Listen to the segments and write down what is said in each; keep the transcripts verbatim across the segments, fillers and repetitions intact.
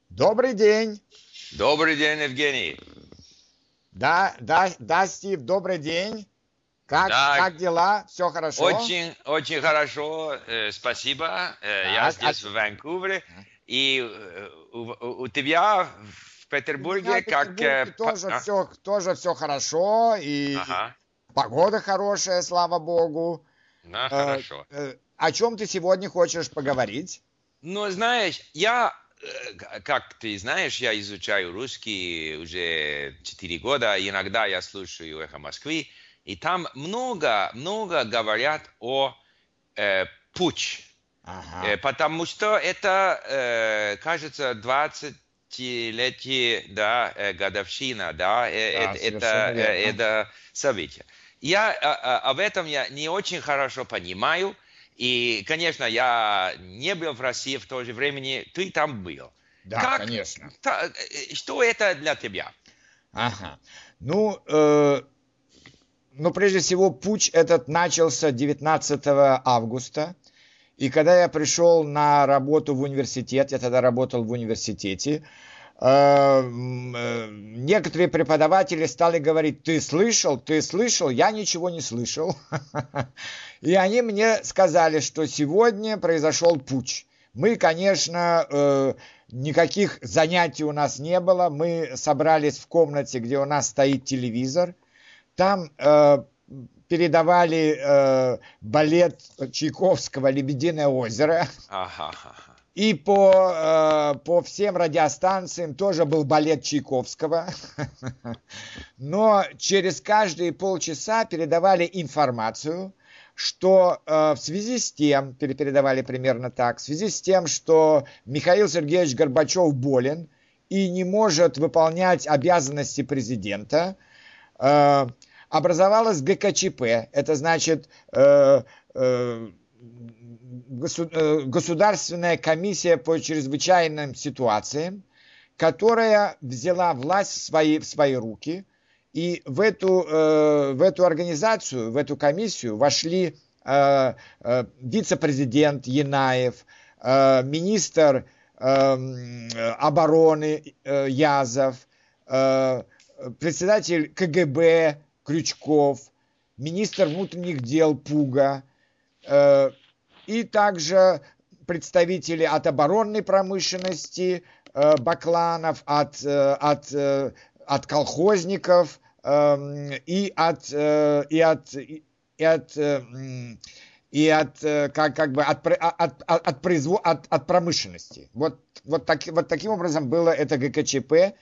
Добрый день. Добрый день, Евгений. Да, да, да, Стив, добрый день. Как, Да, как дела? Все хорошо? очень, очень хорошо, э, спасибо. Э, я Так, а здесь ч- в Ванкувере, а, и э, у, у- у тебя в у меня Петербурге в как... э, Петербурге па- тоже а? все, тоже все хорошо, и Ага, погода хорошая, слава богу. да, Э, хорошо. э, о чем ты сегодня хочешь поговорить? Ну, знаешь, я, э, к- как ты знаешь, я изучаю русский уже четыре года, иногда я слушаю «Эхо Москвы», и там много, много говорят о э, путч. Э, Ага, Потому что это, э, кажется, двадцатилетие, да, э, годовщина, да, э, да, это, совершенно это, э, верно. это событие. Я а, а, об этом я не очень хорошо понимаю, и, конечно, я не был в России в то же время, ты там был. Да, Как, конечно. та- э, что это для тебя? Ага. Ну, э, ну, прежде всего, путч этот начался девятнадцатого августа. И когда я пришел на работу в университет, я тогда работал в университете, э, э, некоторые преподаватели стали говорить: ты слышал, ты слышал, я ничего не слышал. И они мне сказали, что сегодня произошел путч. Мы, конечно, э, никаких занятий у нас не было, мы собрались в комнате, где у нас стоит телевизор, там э, передавали э, балет Чайковского «Лебединое озеро». Ага, ага. И по, э, по всем радиостанциям тоже был балет Чайковского. Но через каждые полчаса передавали информацию, что э, в связи с тем, передавали примерно так, в связи с тем, что Михаил Сергеевич Горбачев болен и не может выполнять обязанности президента, э, образовалась ГКЧП, это значит э, э, Государственная комиссия по чрезвычайным ситуациям, которая взяла власть в свои, в свои руки, и в эту, э, в эту организацию, в эту комиссию вошли э, э, вице-президент Янаев, э, министр э, обороны э, Язов, э, председатель КГБ Крючков, министр внутренних дел Пуга, э, и также представители от оборонной промышленности, э, Бакланов, от, э, от, э, от колхозников э, и от, э, и от, и от э, и от, э, как, как бы от, от, от, от, производ, от, от промышленности. Вот, вот, так, вот таким образом было это ГКЧП.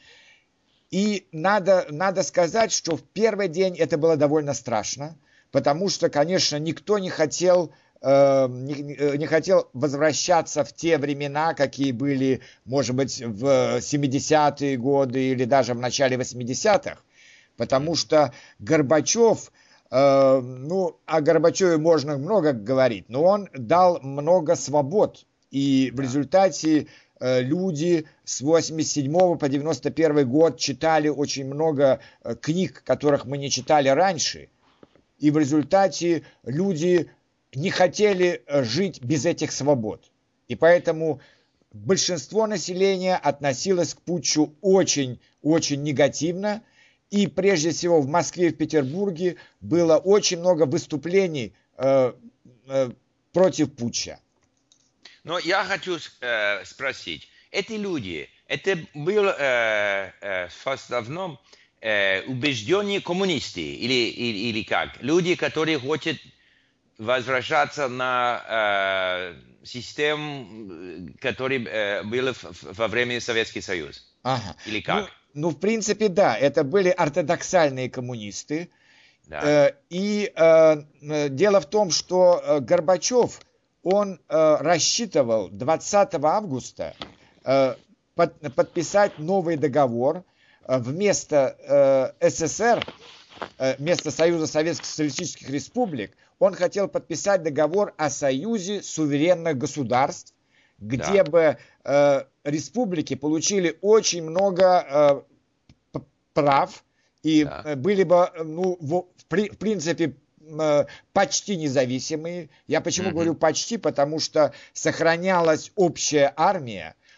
И надо, надо сказать, что в первый день это было довольно страшно, потому что, конечно, никто не хотел, э, не, не хотел возвращаться в те времена, какие были, может быть, в семидесятые годы или даже в начале восьмидесятых, потому Мгм. что Горбачев, э, ну, о Горбачеве можно много говорить, но он дал много свобод, и в Да. результате э, люди с восемьдесят седьмого по девяносто первый год читали очень много э, книг, которых мы не читали раньше, и в результате люди не хотели э, жить без этих свобод. И поэтому большинство населения относилось к путчу очень-очень негативно, и прежде всего в Москве и в Петербурге было очень много выступлений э, э, против путча. Но я хочу э, спросить, эти люди, это был э, э, в основном э, убежденные коммунисты или, или, или как? Люди, которые хотят возвращаться на э, систему, которая э, была в- в- во время Советского Союза? Ага. Или Ну, как? ну, в принципе, да, это были ортодоксальные коммунисты. Да, Э, И э, э, дело в том, что э, Горбачев, он э, рассчитывал двадцатого августа э, под- подписать новый договор э, вместо э, СССР, э, вместо Союза Советских Социалистических Республик, он хотел подписать договор о Союзе суверенных государств, где да, бы э, республики получили очень много э, прав и да. э, были бы, э, ну, в, в при- в принципе, э, почти независимые. Я почему говорю Мгм. почти, потому что сохранялась общая армия,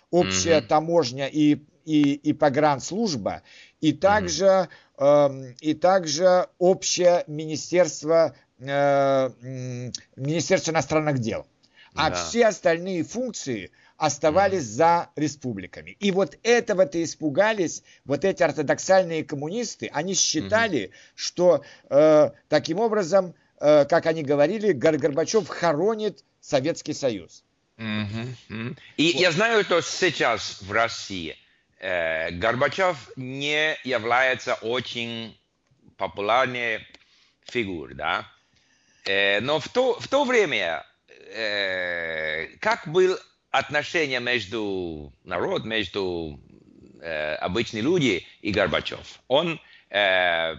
общая Мгм. таможня и, и, и погранслужба, и также, э, и также общее министерство, э, м, Министерство иностранных дел. А Да. все остальные функции оставались Мгм. за республиками. И вот этого-то испугались вот эти ортодоксальные коммунисты. Они Мгм. считали, что э, таким образом, э, как они говорили, Гор- Горбачев хоронит Советский Союз. Мгм. Мгм. И Вот. я знаю, что сейчас в России э, Горбачев не является очень популярной фигурой, да? Э, но в то, в то время э, как было отношение между народ, между э, обычными людьми и Горбачев? Он э,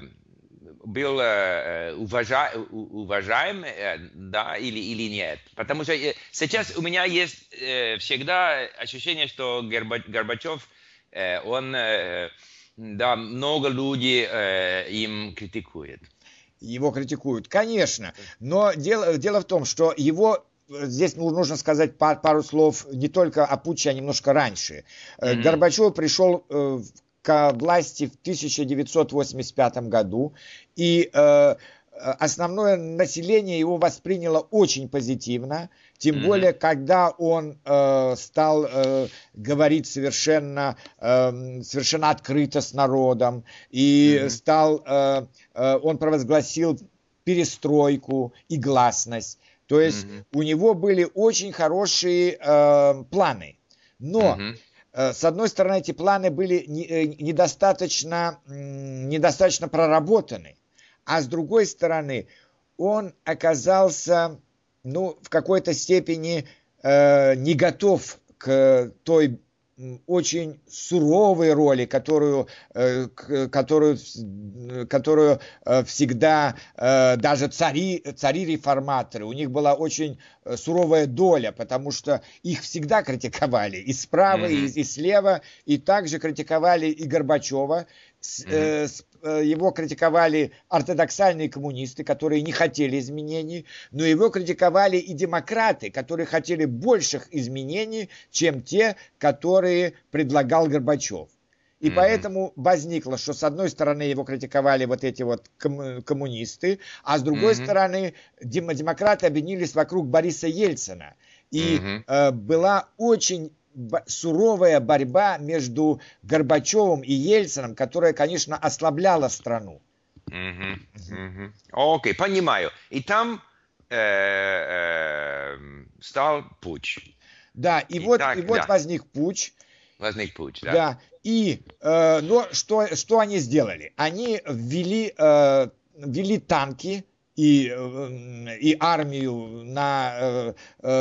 был э, уважа, у- уважаем, э, да, или, или нет? Потому что э, сейчас у меня есть э, всегда ощущение, что Горба- Горбачев, э, он, э, да, много людей э, им критикует. Его критикуют, конечно. Но дело, дело в том, что его э, здесь ну, нужно сказать пар- пару слов не только о путче, а немножко раньше. Э, Мгм. Горбачев пришел э, в- к власти в тысяча девятьсот восемьдесят пятом году, и э, основное население его восприняло очень позитивно, тем Мгм. более, когда он э, стал э, говорить совершенно, э, совершенно открыто с народом, и Мгм. стал, э, э, он провозгласил перестройку и гласность. То есть Мгм. у него были очень хорошие э, планы. Но Мгм. э, с одной стороны, эти планы были не- э, недостаточно, м, недостаточно проработаны, а с другой стороны, он оказался, ну, в какой-то степени э, не готов к той м, очень суровой роли, которую, э, к- которую, вс- которую э, всегда э, даже цари, цари-реформаторы, у них была очень э, суровая доля, потому что их всегда критиковали и справа, и, Мгм. и слева, и также критиковали и Горбачева, с- Мгм. э, с- э, его критиковали ортодоксальные коммунисты, которые не хотели изменений, но его критиковали и демократы, которые хотели больших изменений, чем те, которые предлагал Горбачев. И Мгм. поэтому возникло, что с одной стороны его критиковали вот эти вот ком- коммунисты, а с другой Мгм. стороны дем- демократы объединились вокруг Бориса Ельцина. И Мгм. э, была очень бо- суровая борьба между Горбачевым и Ельцином, которая, конечно, ослабляла страну. Мгм. Мгм. Мгм. Окей, понимаю. И там э, э, стал путь. Да, и И вот, и так, вот да, возник путь. возник путь, да. Да, и э, но что, что они сделали? Они ввели, э, ввели танки и, э, и армию на, э,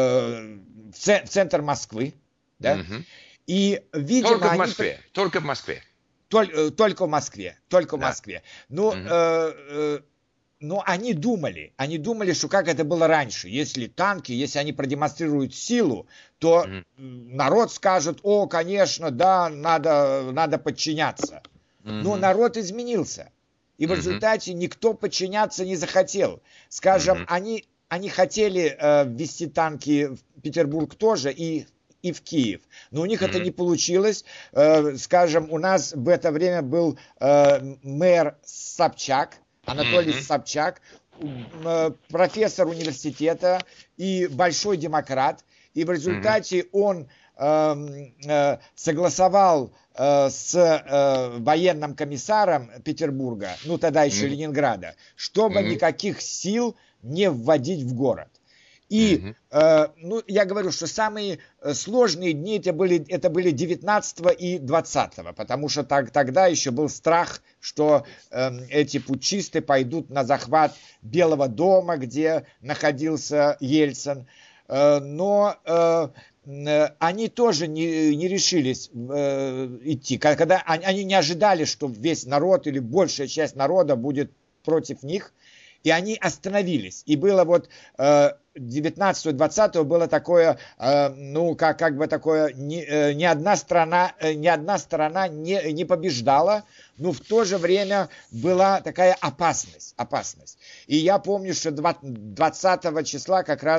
э, в, ц- в центр Москвы, да, Мгм. и, видимо, Только в они при- Москве, только в Москве, толь- э, только в Москве, только в да. Москве. Ну, Мгм. э, э, но они думали, они думали, что как это было раньше. Если танки, если они продемонстрируют силу, то Мгм. народ скажет: о, конечно, да, надо, надо подчиняться. Но Мгм. народ изменился. И в Мгм. результате никто подчиняться не захотел. Скажем, Мгм. они, они хотели э, ввести танки в Петербург тоже и, и в Киев. Но у них это не Мгм. получилось. Э, скажем, у нас в это время был э, мэр Собчак, Анатолий Мгм. Собчак, э, профессор университета и большой демократ. И в Мгм. результате он э, э, согласовал э, с э, военным комиссаром Петербурга, ну тогда еще Мгм. Ленинграда, чтобы Мгм. никаких сил не вводить в город. И, Мгм. э, ну, я говорю, что самые э, сложные дни это были, это были девятнадцатого и двадцатого, потому что так, тогда еще был страх, что э, эти путчисты пойдут на захват Белого дома, где находился Ельцин. Э, но э, э, они тоже не, не решились э, идти. Когда они, они не ожидали, что весь народ или большая часть народа будет против них, и они остановились. И было вот э, девятнадцатого-двадцатого было такое, э, ну, как, как бы такое, ни, э, ни одна страна, э, ни одна сторона не, не побеждала, но в то же время была такая опасность, опасность. И я помню, что двадцатого числа как раз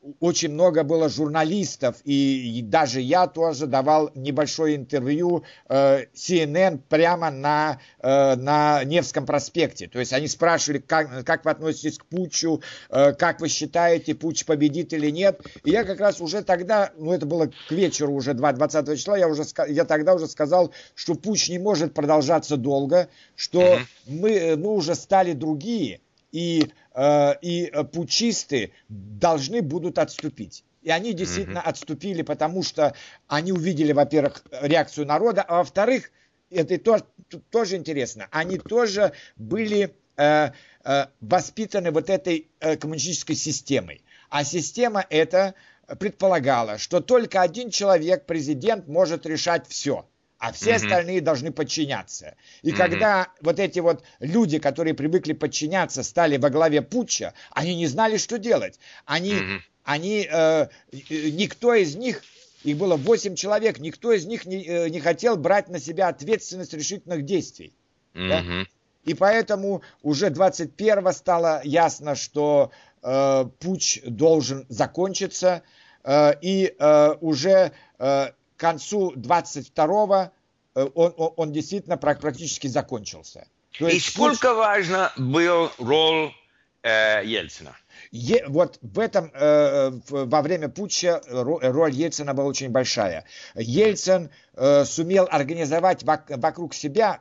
очень много было журналистов, и, и даже я тоже давал небольшое интервью э, си эн эн прямо на, э, на Невском проспекте. То есть они спрашивали, как, как вы относитесь к путчу, э, как вы считаете, путч победит или нет. И я как раз уже тогда, ну это было к вечеру уже двадцатого числа, я, уже, я тогда уже сказал, что путч не может продолжаться долго, что mm-hmm. мы, мы уже стали другие. И, э, и путчисты должны будут отступить. И они действительно mm-hmm. отступили, потому что они увидели, во-первых, реакцию народа, а во-вторых, это тоже, тоже интересно, они тоже были э, э, воспитаны вот этой э, коммунистической системой. А система эта предполагала, что только один человек, президент, может решать все. А все mm-hmm. остальные должны подчиняться. И mm-hmm. когда вот эти вот люди, которые привыкли подчиняться, стали во главе путча, они не знали, что делать. Они, mm-hmm. они э, никто из них, их было восемь человек, никто из них не, э, не хотел брать на себя ответственность решительных действий. Mm-hmm. Да? И поэтому уже двадцать первого стало ясно, что э, путч должен закончиться. Э, и э, уже... Э, к концу двадцать второго он, он, он действительно практически закончился. То и сколько путь... важна была роль э, Ельцина? Е, вот в этом, э, во время путча роль Ельцина была очень большая. Ельцин э, сумел организовать вокруг себя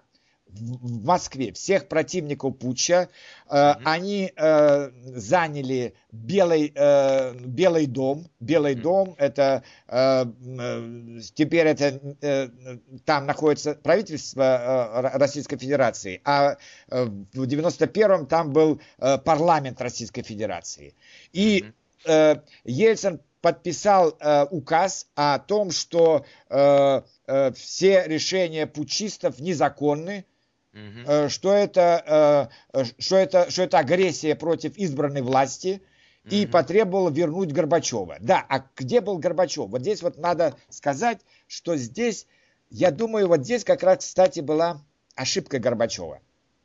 в Москве всех противников путча. Mm-hmm. Они э, заняли Белый, э, Белый дом. Белый mm-hmm. дом, это э, теперь это э, там находится правительство э, Российской Федерации, а э, в девяносто первом там был э, парламент Российской Федерации. И mm-hmm. э, Ельцин подписал э, указ о том, что э, э, все решения путчистов незаконны, Uh-huh. что, это, что, это, что это агрессия против избранной власти, uh-huh. и потребовал вернуть Горбачева. Да, а где был Горбачев? Вот здесь вот надо сказать, что здесь, я думаю, вот здесь как раз, кстати, была ошибка Горбачева.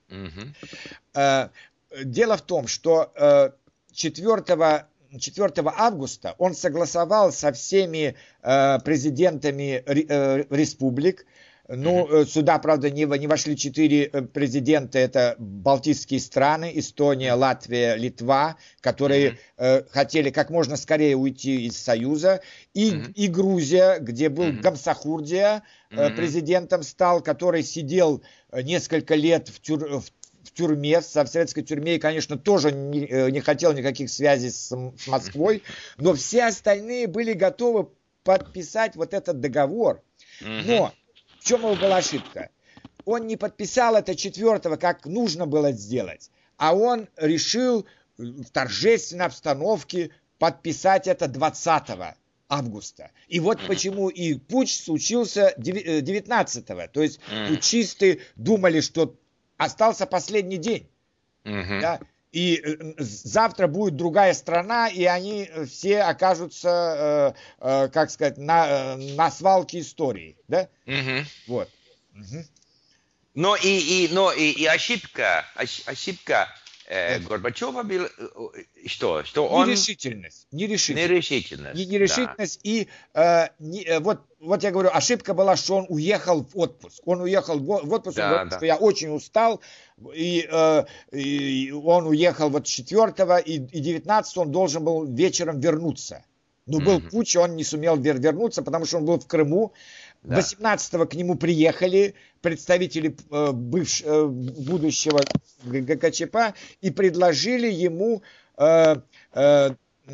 Uh-huh. Дело в том, что четвёртого августа он согласовал со всеми президентами республик. Ну, mm-hmm. сюда, правда, не, не вошли четыре президента, это балтийские страны, Эстония, Латвия, Литва, которые mm-hmm. э, хотели как можно скорее уйти из Союза, и, mm-hmm. и Грузия, где был mm-hmm. Гамсахурдия, э, президентом стал, который сидел несколько лет в, тюр, в, в тюрьме, в советской тюрьме, и, конечно, тоже не, не хотел никаких связей с, с Москвой, но все остальные были готовы подписать вот этот договор. Mm-hmm. Но в чем его была ошибка? Он не подписал это четвертого, как нужно было сделать, а он решил в торжественной обстановке подписать это двадцатого августа. И вот почему и путч случился девятнадцатого. То есть путчисты думали, что остался последний день. Mm-hmm. Да? И завтра будет другая страна, и они все окажутся, э, э, как сказать, на, на свалке истории. Да? Угу. Вот. Угу. Но и, и, но и, и ошибка, ошибка э, Горбачева была, что? что он... Нерешительность. Нерешительность. Нерешительность, Нерешительность. Да. И э, не, вот, вот я говорю, ошибка была, что он уехал в отпуск. Он уехал в отпуск, да, он говорит, да. что я очень устал. И, э, и он уехал вот четвертого, и, и девятнадцатого он должен был вечером вернуться. Но был mm-hmm. путч, он не сумел вер- вернуться, потому что он был в Крыму. Да. восемнадцатого к нему приехали представители э, бывш, э, будущего ГКЧП и предложили ему э, э,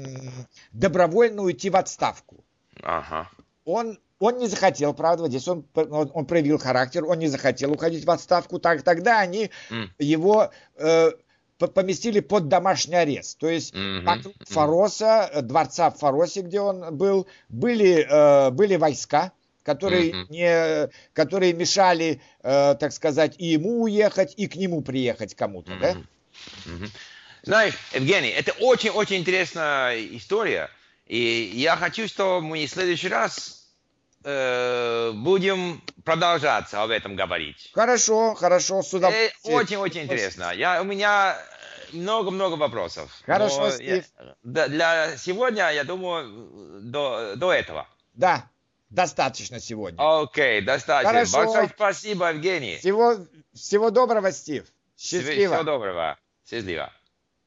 добровольно уйти в отставку. Ага. Он Он не захотел, правда, здесь он, он, он проявил характер, он не захотел уходить в отставку. Так, тогда они mm. его э, поместили под домашний арест. То есть mm-hmm. вокруг Фароса, дворца в Фаросе, где он был, были, э, были войска, которые, mm-hmm. не, которые мешали, э, так сказать, и ему уехать, и к нему приехать кому-то. Mm-hmm. Да? Mm-hmm. Знаешь, Евгений, это очень-очень интересная история. И я хочу, чтобы мы в следующий раз будем продолжаться об этом говорить. Хорошо, хорошо. Сюда... Очень-очень интересно. Я, у меня много-много вопросов. Хорошо, Но Стив. я- да, для сегодня, я думаю, до, до этого. Да, достаточно сегодня. Окей, достаточно. Хорошо. Большое спасибо, Евгений. Всего, всего доброго, Стив. Всего Счастливо. доброго. Счастливо.